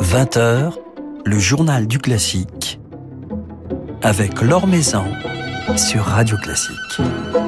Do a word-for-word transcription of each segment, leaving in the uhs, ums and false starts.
vingt heures, le journal du classique avec Laure Maison sur Radio Classique.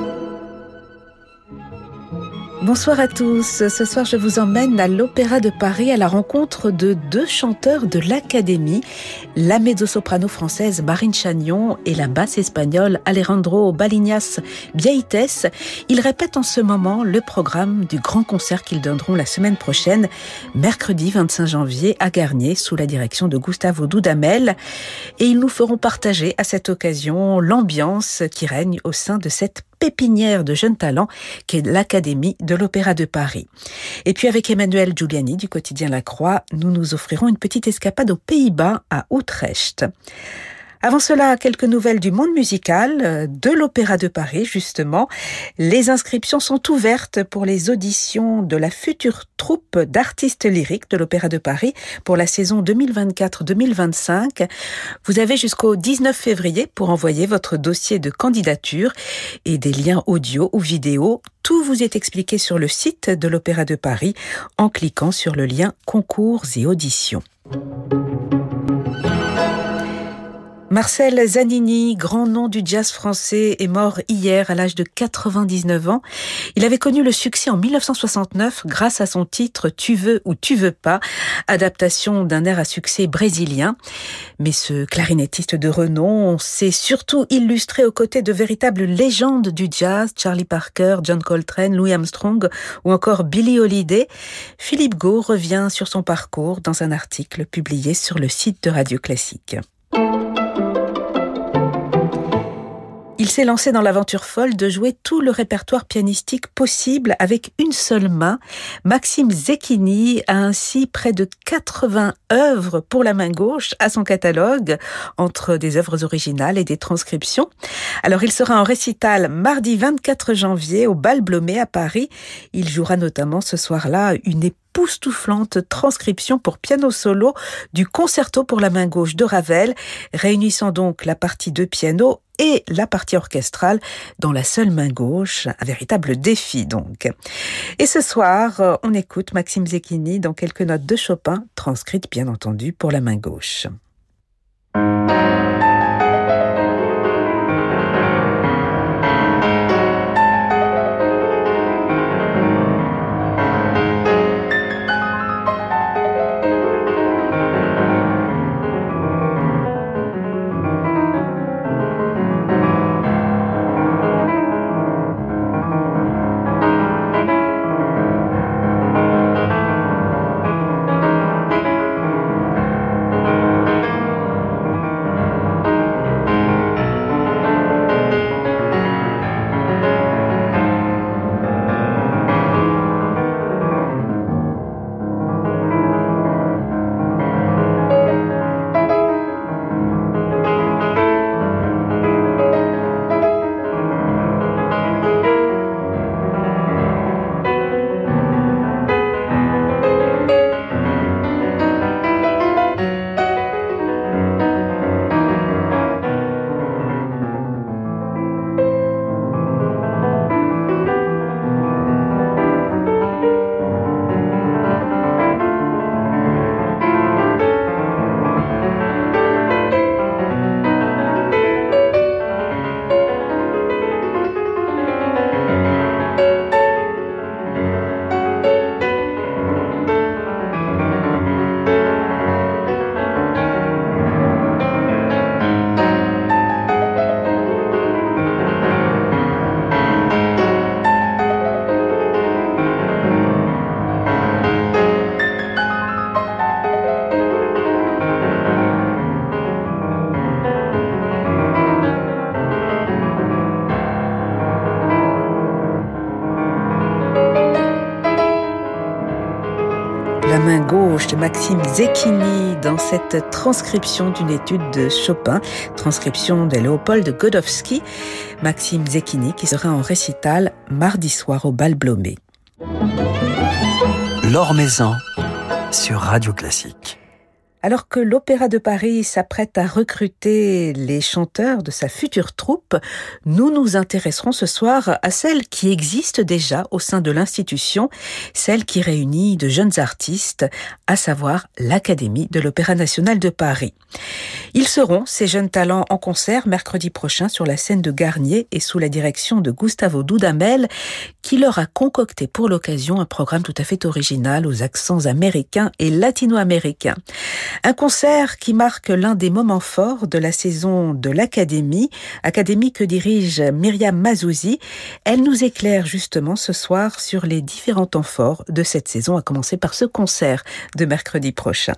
Bonsoir à tous. Ce soir, je vous emmène à l'Opéra de Paris à la rencontre de deux chanteurs de l'Académie, la mezzo-soprano française Marine Chagnon et la basse espagnole Alejandro Baliñas Bieites. Ils répètent en ce moment le programme du grand concert qu'ils donneront la semaine prochaine, mercredi vingt-cinq janvier à Garnier, sous la direction de Gustavo Dudamel. Et ils nous feront partager à cette occasion l'ambiance qui règne au sein de cette pépinière de jeunes talents qu'est l'Académie de l'Opéra de Paris. Et puis avec Emmanuel Giuliani du quotidien La Croix, nous nous offrirons une petite escapade aux Pays-Bas, à Utrecht. Avant cela, quelques nouvelles du monde musical, de l'Opéra de Paris justement. Les inscriptions sont ouvertes pour les auditions de la future troupe d'artistes lyriques de l'Opéra de Paris pour la saison deux mille vingt-quatre deux mille vingt-cinq. Vous avez jusqu'au dix-neuf février pour envoyer votre dossier de candidature et des liens audio ou vidéo. Tout vous est expliqué sur le site de l'Opéra de Paris en cliquant sur le lien concours et auditions. Marcel Zanini, grand nom du jazz français, est mort hier à l'âge de quatre-vingt-dix-neuf ans. Il avait connu le succès en mille neuf cent soixante-neuf grâce à son titre « Tu veux ou tu veux pas », adaptation d'un air à succès brésilien. Mais ce clarinettiste de renom s'est surtout illustré aux côtés de véritables légendes du jazz, Charlie Parker, John Coltrane, Louis Armstrong ou encore Billie Holiday. Philippe Gault revient sur son parcours dans un article publié sur le site de Radio Classique. Il s'est lancé dans l'aventure folle de jouer tout le répertoire pianistique possible avec une seule main. Maxime Zecchini a ainsi près de quatre-vingts œuvres pour la main gauche à son catalogue, entre des œuvres originales et des transcriptions. Alors il sera en récital mardi vingt-quatre janvier au Bal Blomet à Paris. Il jouera notamment ce soir-là une époustouflante transcription pour piano solo du concerto pour la main gauche de Ravel, réunissant donc la partie de piano et la partie orchestrale dans la seule main gauche, un véritable défi donc. Et ce soir, on écoute Maxime Zecchini dans quelques notes de Chopin, transcrites bien entendu pour la main gauche. Gauche de Maxime Zecchini dans cette transcription d'une étude de Chopin, transcription de Léopold Godowski. Maxime Zecchini qui sera en récital mardi soir au Bal Blomet. Laure Maison sur Radio Classique. Alors que l'Opéra de Paris s'apprête à recruter les chanteurs de sa future troupe, nous nous intéresserons ce soir à celle qui existe déjà au sein de l'institution, celle qui réunit de jeunes artistes, à savoir l'Académie de l'Opéra national de Paris. Ils seront, ces jeunes talents, en concert mercredi prochain sur la scène de Garnier et sous la direction de Gustavo Dudamel, qui leur a concocté pour l'occasion un programme tout à fait original aux accents américains et latino-américains. Un concert qui marque l'un des moments forts de la saison de l'Académie, Académie que dirige Myriam Mazouzi. Elle nous éclaire justement ce soir sur les différents temps forts de cette saison, à commencer par ce concert de mercredi prochain.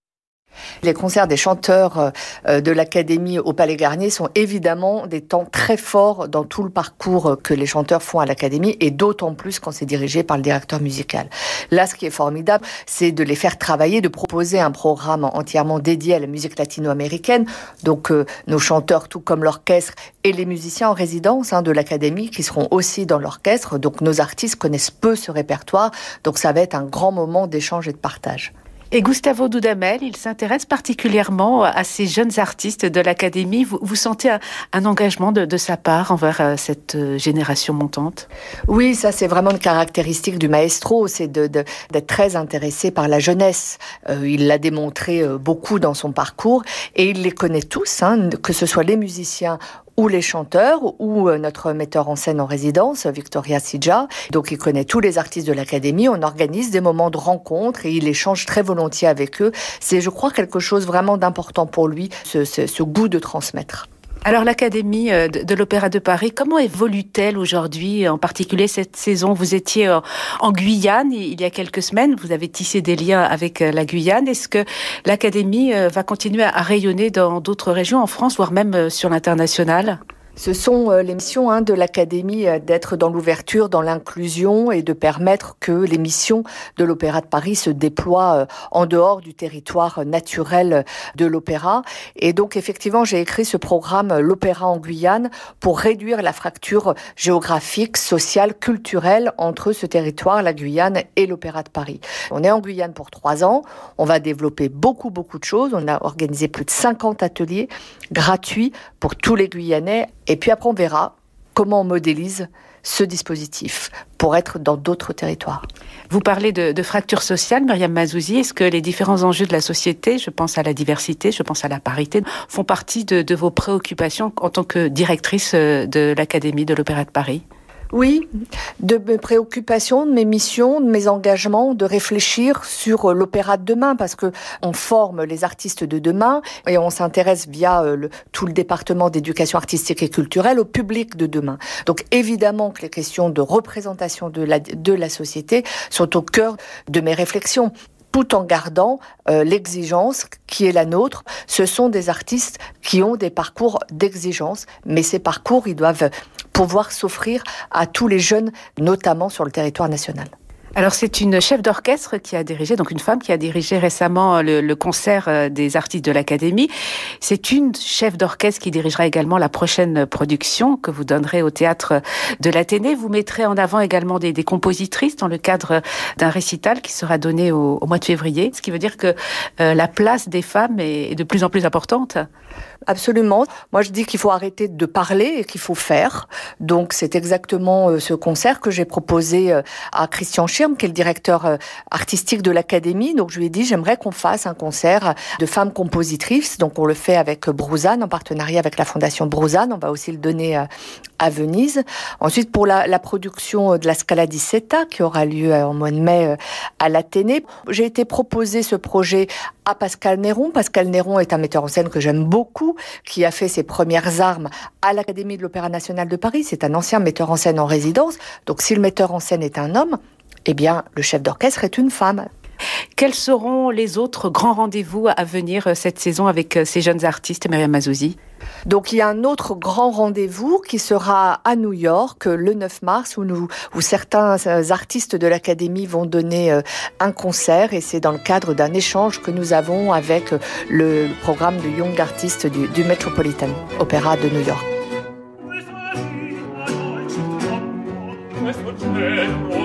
Les concerts des chanteurs de l'Académie au Palais Garnier sont évidemment des temps très forts dans tout le parcours que les chanteurs font à l'Académie, et d'autant plus quand c'est dirigé par le directeur musical. Là, ce qui est formidable, c'est de les faire travailler, de proposer un programme entièrement dédié à la musique latino-américaine. Donc euh, nos chanteurs, tout comme l'orchestre, et les musiciens en résidence hein, de l'Académie qui seront aussi dans l'orchestre. Donc nos artistes connaissent peu ce répertoire, donc ça va être un grand moment d'échange et de partage. Et Gustavo Dudamel, il s'intéresse particulièrement à ces jeunes artistes de l'Académie. Vous, vous sentez un, un engagement de, de sa part envers euh, cette euh, génération montante ? Oui, ça c'est vraiment une caractéristique du maestro, c'est de, de, d'être très intéressé par la jeunesse. Euh, il l'a démontré euh, beaucoup dans son parcours et il les connaît tous, hein, que ce soit les musiciens ou les chanteurs, ou notre metteur en scène en résidence, Victoria Sija. Donc il connaît tous les artistes de l'Académie, on organise des moments de rencontre et il échange très volontiers avec eux. C'est, je crois, quelque chose vraiment d'important pour lui, ce, ce, ce goût de transmettre. Alors l'Académie de l'Opéra de Paris, comment évolue-t-elle aujourd'hui, en particulier cette saison ? Vous étiez en Guyane il y a quelques semaines, vous avez tissé des liens avec la Guyane. Est-ce que l'Académie va continuer à rayonner dans d'autres régions en France, voire même sur l'international ? Ce sont les missions hein, de l'Académie d'être dans l'ouverture, dans l'inclusion et de permettre que les missions de l'Opéra de Paris se déploient en dehors du territoire naturel de l'opéra. Et donc effectivement, j'ai écrit ce programme L'Opéra en Guyane pour réduire la fracture géographique, sociale, culturelle entre ce territoire, la Guyane et l'Opéra de Paris. On est en Guyane pour trois ans. On va développer beaucoup, beaucoup de choses. On a organisé plus de cinquante ateliers gratuits pour tous les Guyanais. Et puis après, on verra comment on modélise ce dispositif pour être dans d'autres territoires. Vous parlez de, de fracture sociale, Myriam Mazouzi. Est-ce que les différents enjeux de la société, je pense à la diversité, je pense à la parité, font partie de, de vos préoccupations en tant que directrice de l'Académie de l'Opéra de Paris ? Oui, de mes préoccupations, de mes missions, de mes engagements, de réfléchir sur l'opéra de demain, parce que on forme les artistes de demain et on s'intéresse via le, tout le département d'éducation artistique et culturelle au public de demain. Donc évidemment que les questions de représentation de la, de la société sont au cœur de mes réflexions, tout en gardant euh, l'exigence qui est la nôtre. Ce sont des artistes qui ont des parcours d'exigence, mais ces parcours, ils doivent pouvoir s'offrir à tous les jeunes, notamment sur le territoire national. Alors c'est une chef d'orchestre qui a dirigé, donc une femme qui a dirigé récemment le, le concert des artistes de l'Académie. C'est une chef d'orchestre qui dirigera également la prochaine production que vous donnerez au théâtre de l'Athénée. Vous mettrez en avant également des, des compositrices dans le cadre d'un récital qui sera donné au, au mois de février, ce qui veut dire que euh, la place des femmes est, est de plus en plus importante. Absolument. Moi, je dis qu'il faut arrêter de parler et qu'il faut faire. Donc, c'est exactement ce concert que j'ai proposé à Christian Schirm, qui est le directeur artistique de l'Académie. Donc, je lui ai dit, j'aimerais qu'on fasse un concert de femmes compositrices. Donc, on le fait avec Bruzane, en partenariat avec la Fondation Bruzane. On va aussi le donner à Venise. Ensuite, pour la, la production de la Scala di Seta, qui aura lieu en mois de mai à l'Athénée, j'ai été proposer ce projet à Pascal Néron. Pascal Néron est un metteur en scène que j'aime beaucoup, qui a fait ses premières armes à l'Académie de l'Opéra national de Paris. C'est un ancien metteur en scène en résidence. Donc si le metteur en scène est un homme, eh bien le chef d'orchestre est une femme. Quels seront les autres grands rendez-vous à venir cette saison avec ces jeunes artistes, Myriam Mazouzi ? Donc il y a un autre grand rendez-vous qui sera à New York le neuf mars où, nous, où certains artistes de l'Académie vont donner un concert, et c'est dans le cadre d'un échange que nous avons avec le programme de Young Artists du, du Metropolitan Opera de New York.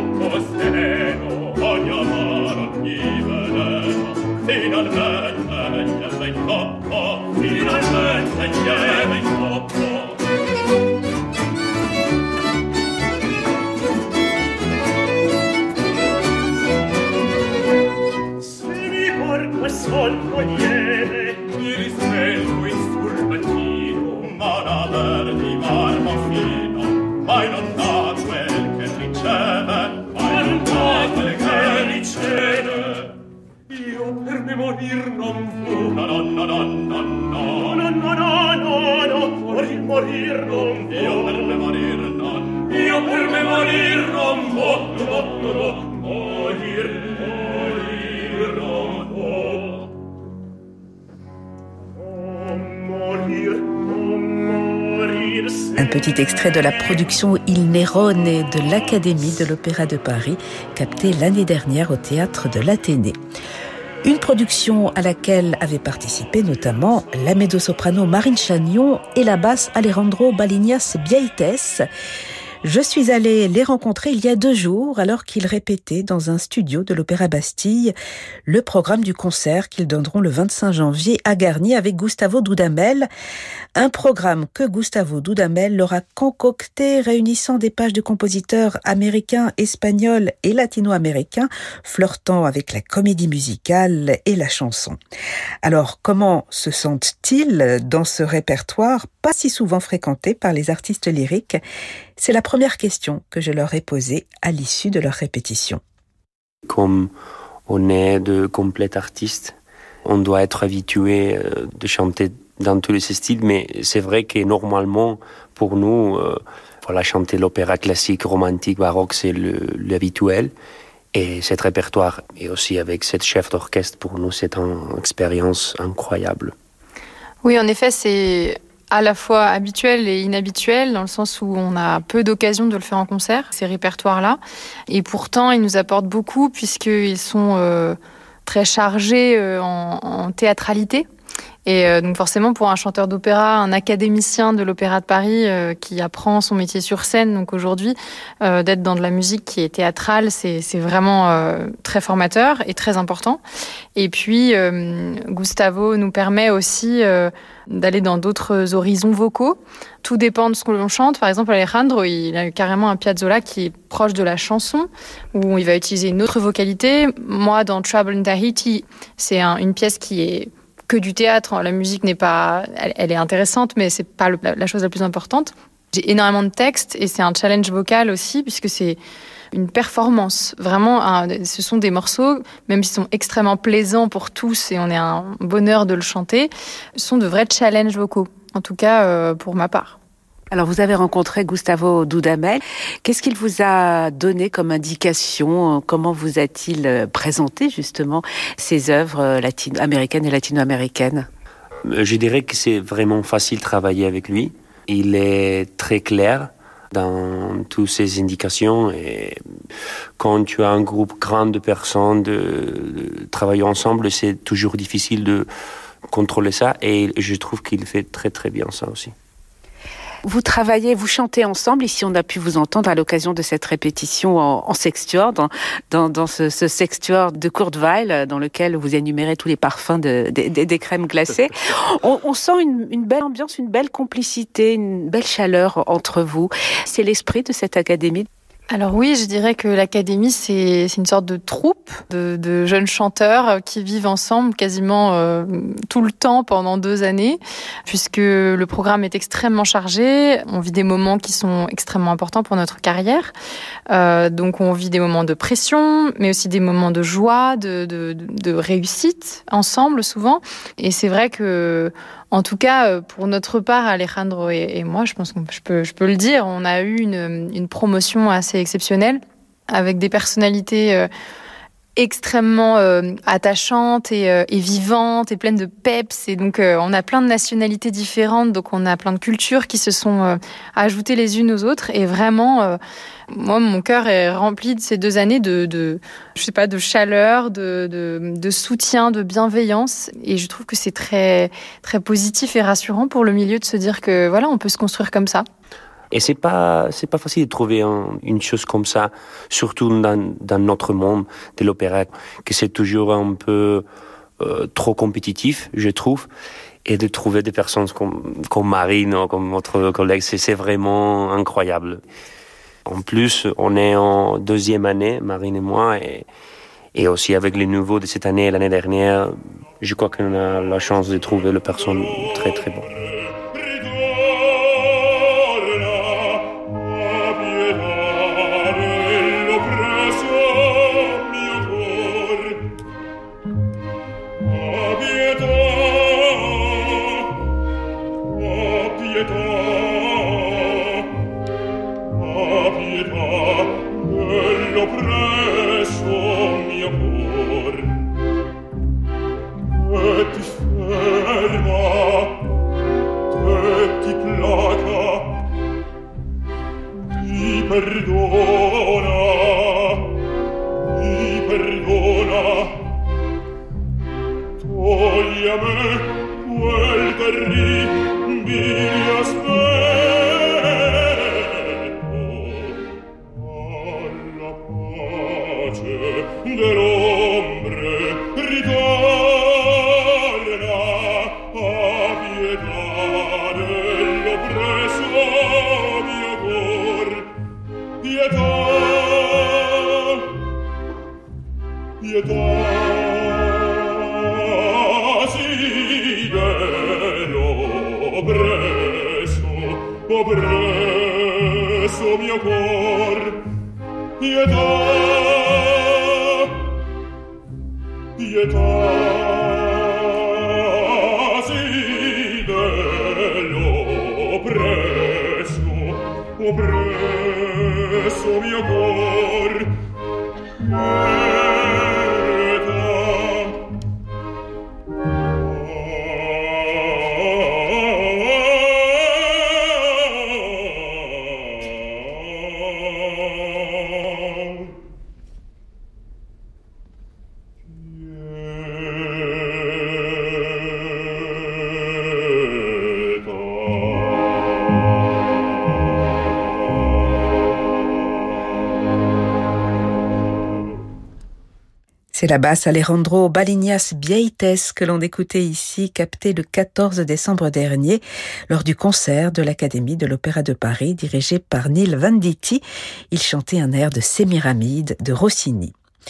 Finalmente coppo, finalmente lieve in coppo. Se mi porto e solco lieve, mi risveglio in sul mattino, ma una verde di marmo fino, mai non dà quel che riceve, mai non dà quel che riceve. Io per me morir non fu, no, no, no, no, no, no, no, no, no, no, no, morir, morir non fu. Io per me morir non, io per me morir non fu, no, no, no, morir, morir non fu. Oh, morir, oh, morir. Un petit extrait de la production Il Nerone de l'Académie de l'Opéra de Paris, capté l'année dernière au théâtre de l'Athénée. Une production à laquelle avaient participé notamment la mezzo-soprano Marine Chagnon et la basse Alejandro Baliñas Bieites. Je suis allée les rencontrer il y a deux jours alors qu'ils répétaient dans un studio de l'Opéra Bastille le programme du concert qu'ils donneront le vingt-cinq janvier à Garnier avec Gustavo Dudamel. Un programme que Gustavo Dudamel leur a concocté réunissant des pages de compositeurs américains, espagnols et latino-américains flirtant avec la comédie musicale et la chanson. Alors comment se sentent-ils dans ce répertoire pas si souvent fréquenté par les artistes lyriques ? C'est la première question que je leur ai posée à l'issue de leur répétition. Comme on est de complets artistes, on doit être habitué de chanter dans tous les styles, mais c'est vrai que normalement, pour nous, euh, voilà, chanter l'opéra classique, romantique, baroque, c'est le, l'habituel. Et cet répertoire, et aussi avec cette chef d'orchestre, pour nous, c'est une expérience incroyable. Oui, en effet, c'est à la fois habituel et inhabituel, dans le sens où on a peu d'occasions de le faire en concert, ces répertoires-là. Et pourtant, ils nous apportent beaucoup, puisqu'ils sont euh, très chargés euh, en, en théâtralité. Et euh, donc forcément, pour un chanteur d'opéra, un académicien de l'Opéra de Paris euh, qui apprend son métier sur scène, donc aujourd'hui, euh, d'être dans de la musique qui est théâtrale, c'est, c'est vraiment euh, très formateur et très important. Et puis, euh, Gustavo nous permet aussi euh, d'aller dans d'autres horizons vocaux. Tout dépend de ce que l'on chante. Par exemple, Alejandro, il a carrément un piazzolla qui est proche de la chanson, où il va utiliser une autre vocalité. Moi, dans Trouble in Tahiti, c'est un, une pièce qui est que du théâtre. La musique n'est pas, elle, elle est intéressante, mais c'est pas le, la, la chose la plus importante. J'ai énormément de textes et c'est un challenge vocal aussi, puisque c'est une performance. Vraiment, un, ce sont des morceaux, même s'ils sont extrêmement plaisants pour tous et on est un bonheur de le chanter, ce sont de vrais challenges vocaux. En tout cas, euh, pour ma part. Alors, vous avez rencontré Gustavo Dudamel. Qu'est-ce qu'il vous a donné comme indication ? Comment vous a-t-il présenté, justement, ses œuvres latino- américaines et latino-américaines ? Je dirais que c'est vraiment facile de travailler avec lui. Il est très clair dans toutes ses indications. Et quand tu as un groupe grand de personnes de, de travailler ensemble, c'est toujours difficile de contrôler ça. Et je trouve qu'il fait très, très bien ça aussi. Vous travaillez, vous chantez ensemble. Ici, on a pu vous entendre à l'occasion de cette répétition en, en sextuor, dans, dans, dans ce, ce sextuor de Kurt Weill, dans lequel vous énumérez tous les parfums de, de, de, des crèmes glacées. On, on sent une, une belle ambiance, une belle complicité, une belle chaleur entre vous. C'est l'esprit de cette académie. Alors oui, je dirais que l'académie, c'est, c'est une sorte de troupe de, de jeunes chanteurs qui vivent ensemble quasiment euh, tout le temps pendant deux années, puisque le programme est extrêmement chargé. On vit des moments qui sont extrêmement importants pour notre carrière. Euh, donc on vit des moments de pression, mais aussi des moments de joie, de, de, de réussite ensemble souvent. Et c'est vrai que en tout cas, pour notre part, Alejandro et, et moi, je pense que je peux, je peux le dire, on a eu une, une promotion assez exceptionnelle avec des personnalités euh, extrêmement euh, attachantes et, euh, et vivantes et pleines de peps. Et donc, euh, on a plein de nationalités différentes, donc on a plein de cultures qui se sont euh, ajoutées les unes aux autres. Et vraiment, euh, moi, mon cœur est rempli de ces deux années de, de je sais pas, de chaleur, de, de, de soutien, de bienveillance. Et je trouve que c'est très, très positif et rassurant pour le milieu de se dire que voilà, on peut se construire comme ça. Et c'est pas, c'est pas facile de trouver un, une chose comme ça, surtout dans, dans notre monde de l'opéra, que c'est toujours un peu euh, trop compétitif, je trouve. Et de trouver des personnes comme, comme Marine ou comme notre collègue, c'est, c'est vraiment incroyable. En plus, on est en deuxième année, Marine et moi, et, et aussi avec les nouveaux de cette année et l'année dernière, je crois qu'on a la chance de trouver les personnes très très bonnes. C'est la basse Alejandro Baliñas Bieites que l'on écoutait ici, captée le quatorze décembre dernier, lors du concert de l'Académie de l'Opéra de Paris, dirigé par Neil Venditti. Il chantait un air de Sémiramide de Rossini.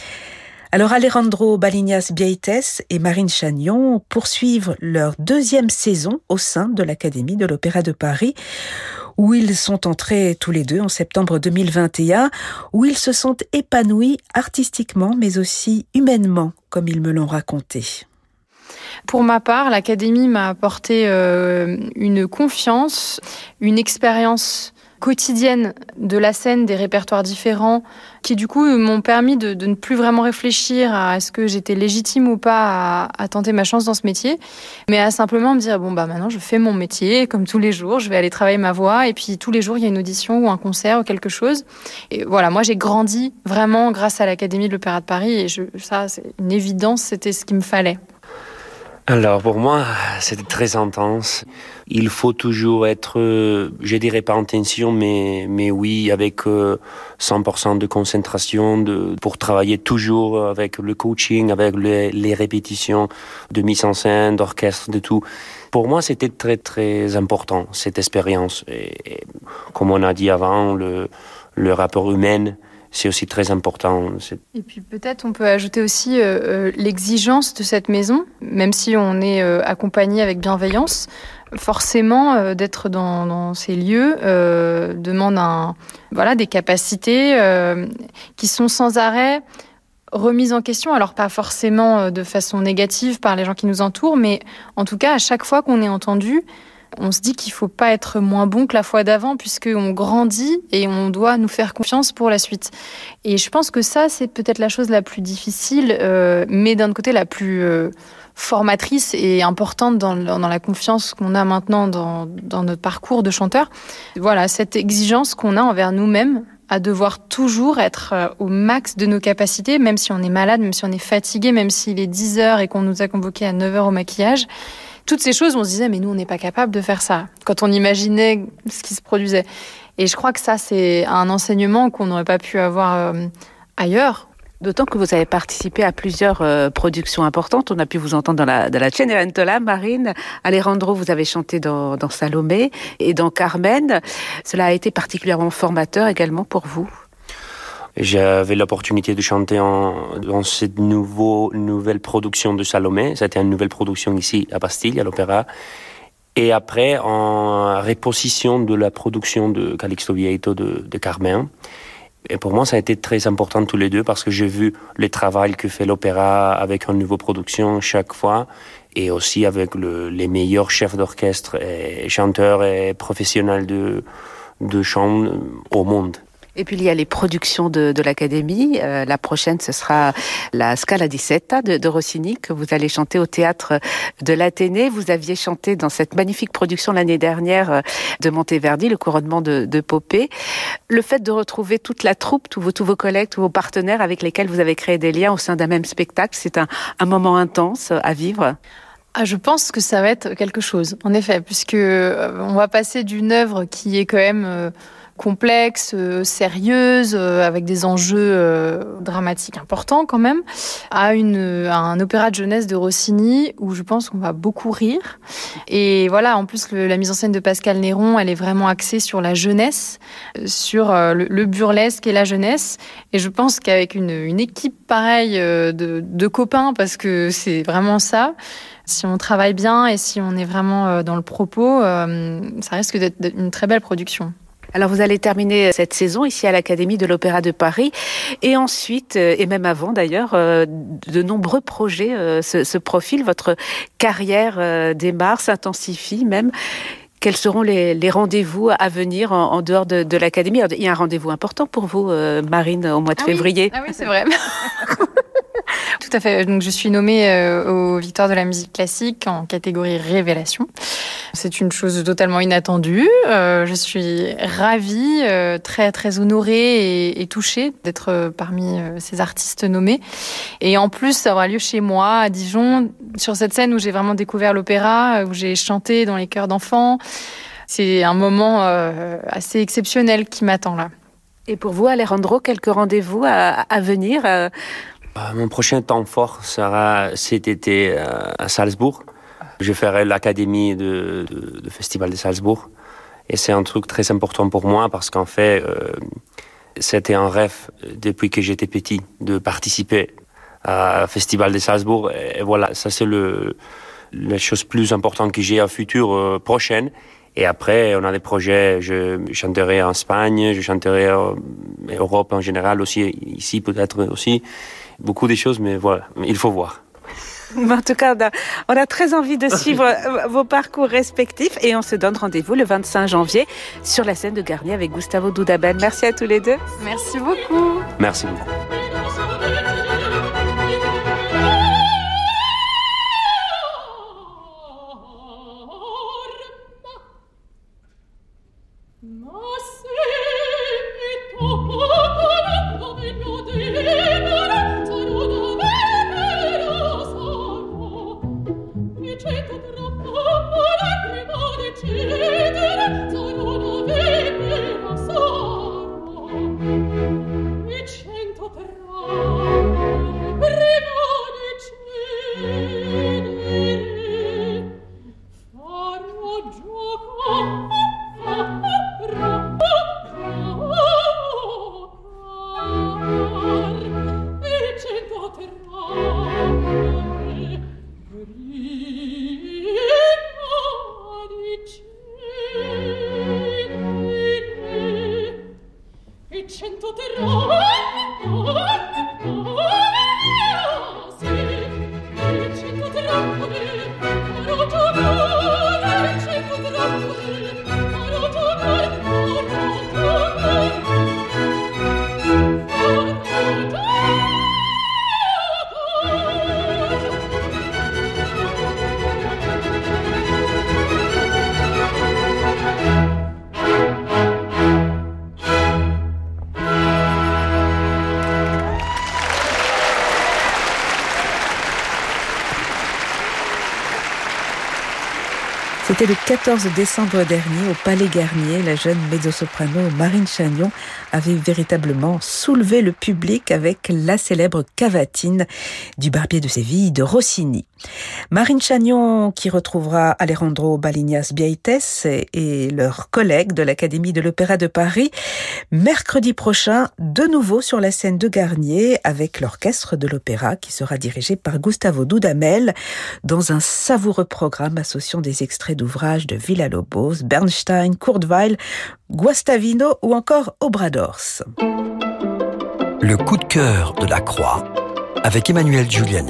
Alors Alejandro Baliñas Bieites et Marine Chagnon poursuivent leur deuxième saison au sein de l'Académie de l'Opéra de Paris, où ils sont entrés tous les deux en septembre deux mille vingt et un, où ils se sont épanouis artistiquement, mais aussi humainement, comme ils me l'ont raconté. Pour ma part, l'Académie m'a apporté euh, une confiance, une expérience quotidienne de la scène, des répertoires différents, qui du coup m'ont permis de, de ne plus vraiment réfléchir à est-ce que j'étais légitime ou pas à, à tenter ma chance dans ce métier, mais à simplement me dire bon bah maintenant je fais mon métier comme tous les jours, je vais aller travailler ma voix et puis tous les jours il y a une audition ou un concert ou quelque chose. Et voilà, moi j'ai grandi vraiment grâce à l'Académie de l'Opéra de Paris et je, ça c'est une évidence, c'était ce qu'il me fallait. Alors pour moi, c'était très intense. Il faut toujours être, je dirais pas en tension, mais mais oui, avec cent pour cent de concentration, de pour travailler toujours avec le coaching, avec les, les répétitions de mise en scène, d'orchestre, de tout. Pour moi, c'était très très important cette expérience. Et, et comme on a dit avant, le le rapport humain, c'est aussi très important. C'est... Et puis peut-être on peut ajouter aussi euh, l'exigence de cette maison, même si on est euh, accompagné avec bienveillance, forcément euh, d'être dans, dans ces lieux euh, demande un, voilà, des capacités euh, qui sont sans arrêt remises en question, alors pas forcément de façon négative par les gens qui nous entourent, mais en tout cas à chaque fois qu'on est entendu, on se dit qu'il ne faut pas être moins bon que la fois d'avant puisqu'on grandit et on doit nous faire confiance pour la suite. Et je pense que ça, c'est peut-être la chose la plus difficile, euh, mais d'un côté la plus euh, formatrice et importante dans, dans la confiance qu'on a maintenant dans, dans notre parcours de chanteur. Voilà, cette exigence qu'on a envers nous-mêmes à devoir toujours être au max de nos capacités, même si on est malade, même si on est fatigué, même s'il est dix heures et qu'on nous a convoqués à neuf heures au maquillage. Toutes ces choses, on se disait, mais nous, on n'est pas capable de faire ça, quand on imaginait ce qui se produisait. Et je crois que ça, c'est un enseignement qu'on n'aurait pas pu avoir euh, ailleurs. D'autant que vous avez participé à plusieurs euh, productions importantes. On a pu vous entendre dans la, dans la Cenerentola, Marine. Alejandro, vous avez chanté dans, dans Salomé et dans Carmen. Cela a été particulièrement formateur également pour vous. J'avais l'opportunité de chanter en, dans cette nouveau, nouvelle production de Salomé. C'était une nouvelle production ici à Bastille, à l'Opéra. Et après, en reposition de la production de Calixto Vieito de, de Carmen. Et pour moi, ça a été très important tous les deux parce que j'ai vu le travail que fait l'opéra avec une nouvelle production chaque fois et aussi avec le, les meilleurs chefs d'orchestre et chanteurs et professionnels de, de chant au monde. Et puis il y a les productions de, de l'Académie. Euh, la prochaine, ce sera la Scala di Setta de, de Rossini que vous allez chanter au théâtre de l'Athénée. Vous aviez chanté dans cette magnifique production l'année dernière de Monteverdi, le couronnement de, de Popée. Le fait de retrouver toute la troupe, tous vos, tous vos collègues, tous vos partenaires avec lesquels vous avez créé des liens au sein d'un même spectacle, c'est un, un moment intense à vivre. Ah, je pense que ça va être quelque chose, en effet, puisque euh, on va passer d'une œuvre qui est quand même euh, complexe, euh, sérieuse, euh, avec des enjeux euh, dramatiques importants quand même, à, une, à un opéra de jeunesse de Rossini où je pense qu'on va beaucoup rire. Et voilà, en plus, le, la mise en scène de Pascal Néron, elle est vraiment axée sur la jeunesse, sur euh, le, le burlesque et la jeunesse. Et je pense qu'avec une, une équipe pareille euh, de, de copains, parce que c'est vraiment ça, si on travaille bien et si on est vraiment euh, dans le propos, euh, ça risque d'être une très belle production. Alors vous allez terminer cette saison ici à l'Académie de l'Opéra de Paris et ensuite, et même avant d'ailleurs, de nombreux projets se, se profilent. Votre carrière démarre, s'intensifie même. Quels seront les, les rendez-vous à venir en, en dehors de, de l'Académie? Il y a un rendez-vous important pour vous, Marine, au mois de ah février. Oui. Ah oui, c'est vrai. Tout à fait. Donc, je suis nommée euh, aux Victoires de la musique classique en catégorie Révélation. C'est une chose totalement inattendue. Euh, je suis ravie, euh, très très honorée et, et touchée d'être euh, parmi euh, ces artistes nommés. Et en plus, ça aura lieu chez moi, à Dijon, sur cette scène où j'ai vraiment découvert l'opéra, où j'ai chanté dans les chœurs d'enfants. C'est un moment euh, assez exceptionnel qui m'attend là. Et pour vous, Alejandro, quelques rendez-vous à, à venir euh... Mon prochain temps fort sera cet été euh, à Salzbourg. Je ferai l'académie de, de, de Festival de Salzbourg. Et c'est un truc très important pour moi parce qu'en fait, euh, c'était un rêve depuis que j'étais petit de participer au Festival de Salzbourg. Et voilà, ça c'est le, la chose plus importante que j'ai à futur euh, prochaine. Et après, on a des projets, je chanterai en Espagne, je chanterai en Europe en général aussi, ici peut-être aussi. Beaucoup de choses, mais voilà, il faut voir. En tout cas, on a, on a très envie de suivre vos parcours respectifs et on se donne rendez-vous le vingt-cinq janvier sur la scène de Garnier avec Gustavo Dudamel. Merci à tous les deux. Merci beaucoup. Merci beaucoup. Cento per C'était le quatorze décembre dernier au Palais Garnier. La jeune mezzo-soprano Marine Chagnon avait véritablement soulevé le public avec la célèbre cavatine du Barbier de Séville de Rossini. Marine Chagnon qui retrouvera Alejandro Baliñas Bieites et leurs collègues de l'Académie de l'Opéra de Paris mercredi prochain, de nouveau sur la scène de Garnier avec l'orchestre de l'opéra qui sera dirigé par Gustavo Dudamel dans un savoureux programme associant des extraits d'ouvrages de Villa-Lobos, Bernstein, Kurt Weill, Guastavino ou encore Obradors. Le coup de cœur de la Croix avec Emmanuel Giuliani.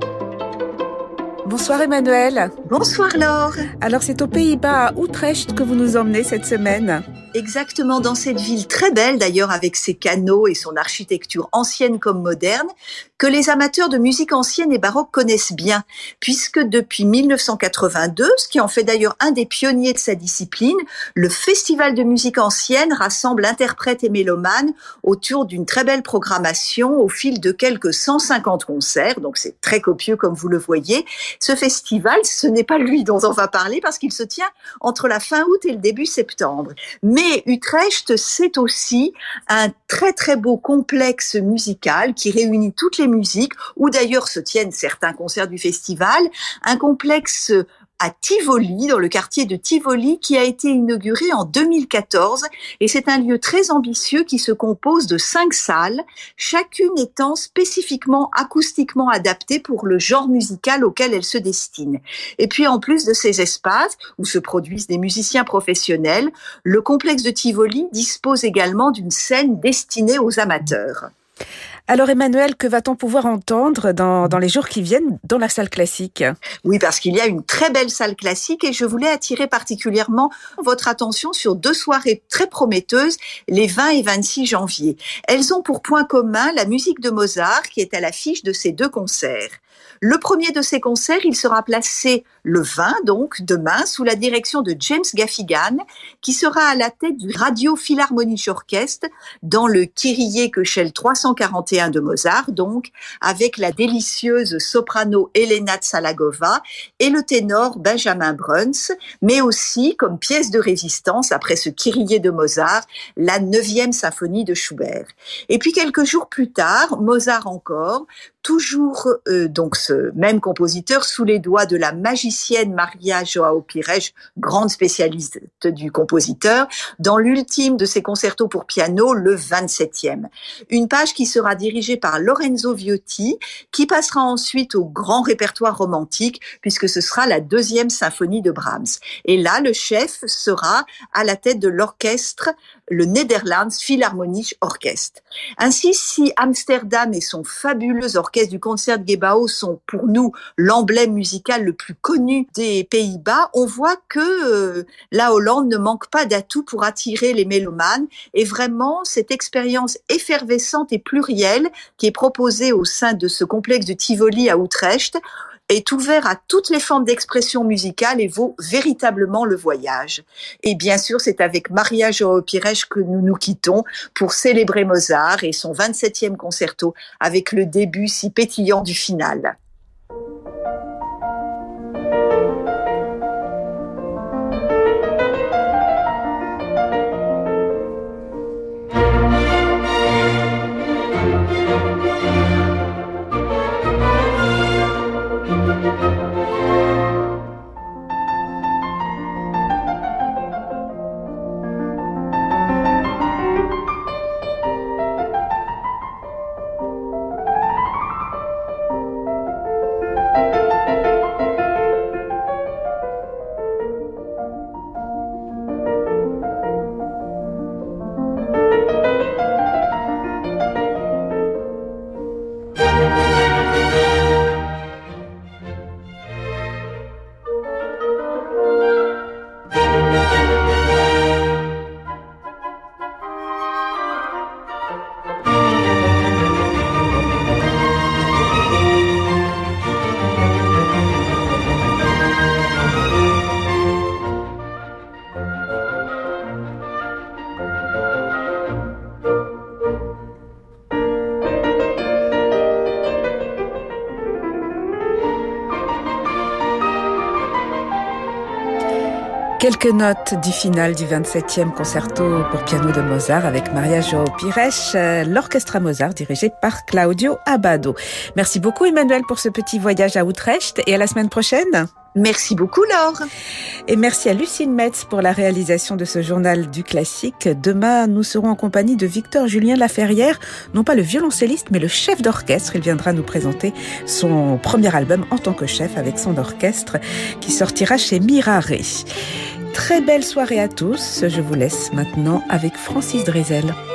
Bonsoir Emmanuel. Bonsoir Laure. Alors c'est aux Pays-Bas, à Utrecht, que vous nous emmenez cette semaine. Exactement, dans cette ville très belle d'ailleurs avec ses canaux et son architecture ancienne comme moderne, que les amateurs de musique ancienne et baroque connaissent bien, puisque depuis mille neuf cent quatre-vingt-deux, ce qui en fait d'ailleurs un des pionniers de sa discipline, le Festival de musique ancienne rassemble interprètes et mélomanes autour d'une très belle programmation au fil de quelques cent cinquante concerts, donc c'est très copieux comme vous le voyez. Ce festival, ce n'est pas lui dont on va parler parce qu'il se tient entre la fin août et le début septembre. Mais Mais Utrecht, c'est aussi un très très beau complexe musical qui réunit toutes les musiques, où d'ailleurs se tiennent certains concerts du festival, un complexe à Tivoli, dans le quartier de Tivoli, qui a été inauguré en deux mille quatorze. Et c'est un lieu très ambitieux qui se compose de cinq salles, chacune étant spécifiquement acoustiquement adaptée pour le genre musical auquel elle se destine. Et puis en plus de ces espaces, où se produisent des musiciens professionnels, le complexe de Tivoli dispose également d'une scène destinée aux amateurs. Alors Emmanuel, que va-t-on pouvoir entendre dans, dans les jours qui viennent dans la salle classique ? Oui, parce qu'il y a une très belle salle classique et je voulais attirer particulièrement votre attention sur deux soirées très prometteuses, les vingt et vingt-six janvier. Elles ont pour point commun la musique de Mozart qui est à l'affiche de ces deux concerts. Le premier de ces concerts, il sera placé le vingt, donc demain, sous la direction de James Gaffigan, qui sera à la tête du Radio Philharmonic Orchestra dans le Kyrie Köchel trois cent quarante et un de Mozart, donc, avec la délicieuse soprano Elena Tsalagova et le ténor Benjamin Bruns, mais aussi, comme pièce de résistance, après ce Kyrie de Mozart, la neuvième symphonie de Schubert. Et puis quelques jours plus tard, Mozart encore, toujours euh, donc ce même compositeur sous les doigts de la magicienne Maria João Pires, grande spécialiste du compositeur, dans l'ultime de ses concertos pour piano, le vingt-septième. Une page qui sera dirigée par Lorenzo Viotti, qui passera ensuite au grand répertoire romantique, puisque ce sera la deuxième symphonie de Brahms. Et là, le chef sera à la tête de l'orchestre, le Netherlands Philharmonic Orchestra. Ainsi, si Amsterdam et son fabuleux orchestre du Concertgebouw sont pour nous l'emblème musical le plus connu des Pays-Bas, on voit que euh, la Hollande ne manque pas d'atouts pour attirer les mélomanes et vraiment cette expérience effervescente et plurielle qui est proposée au sein de ce complexe de Tivoli à Utrecht est ouvert à toutes les formes d'expression musicale et vaut véritablement le voyage. Et bien sûr, c'est avec Maria João Pires que nous nous quittons pour célébrer Mozart et son vingt-septième concerto avec le début si pétillant du final. Quelques notes du final du vingt-septième concerto pour piano de Mozart avec Maria João Pires, l'orchestre Mozart dirigé par Claudio Abbado. Merci beaucoup Emmanuel pour ce petit voyage à Utrecht et à la semaine prochaine. Merci beaucoup Laure. Et merci à Lucine Metz pour la réalisation de ce journal du classique. Demain, nous serons en compagnie de Victor Julien Laferrière, non pas le violoncelliste, mais le chef d'orchestre. Il viendra nous présenter son premier album en tant que chef avec son orchestre qui sortira chez Mirare. Très belle soirée à tous. Je vous laisse maintenant avec Francis Drezel.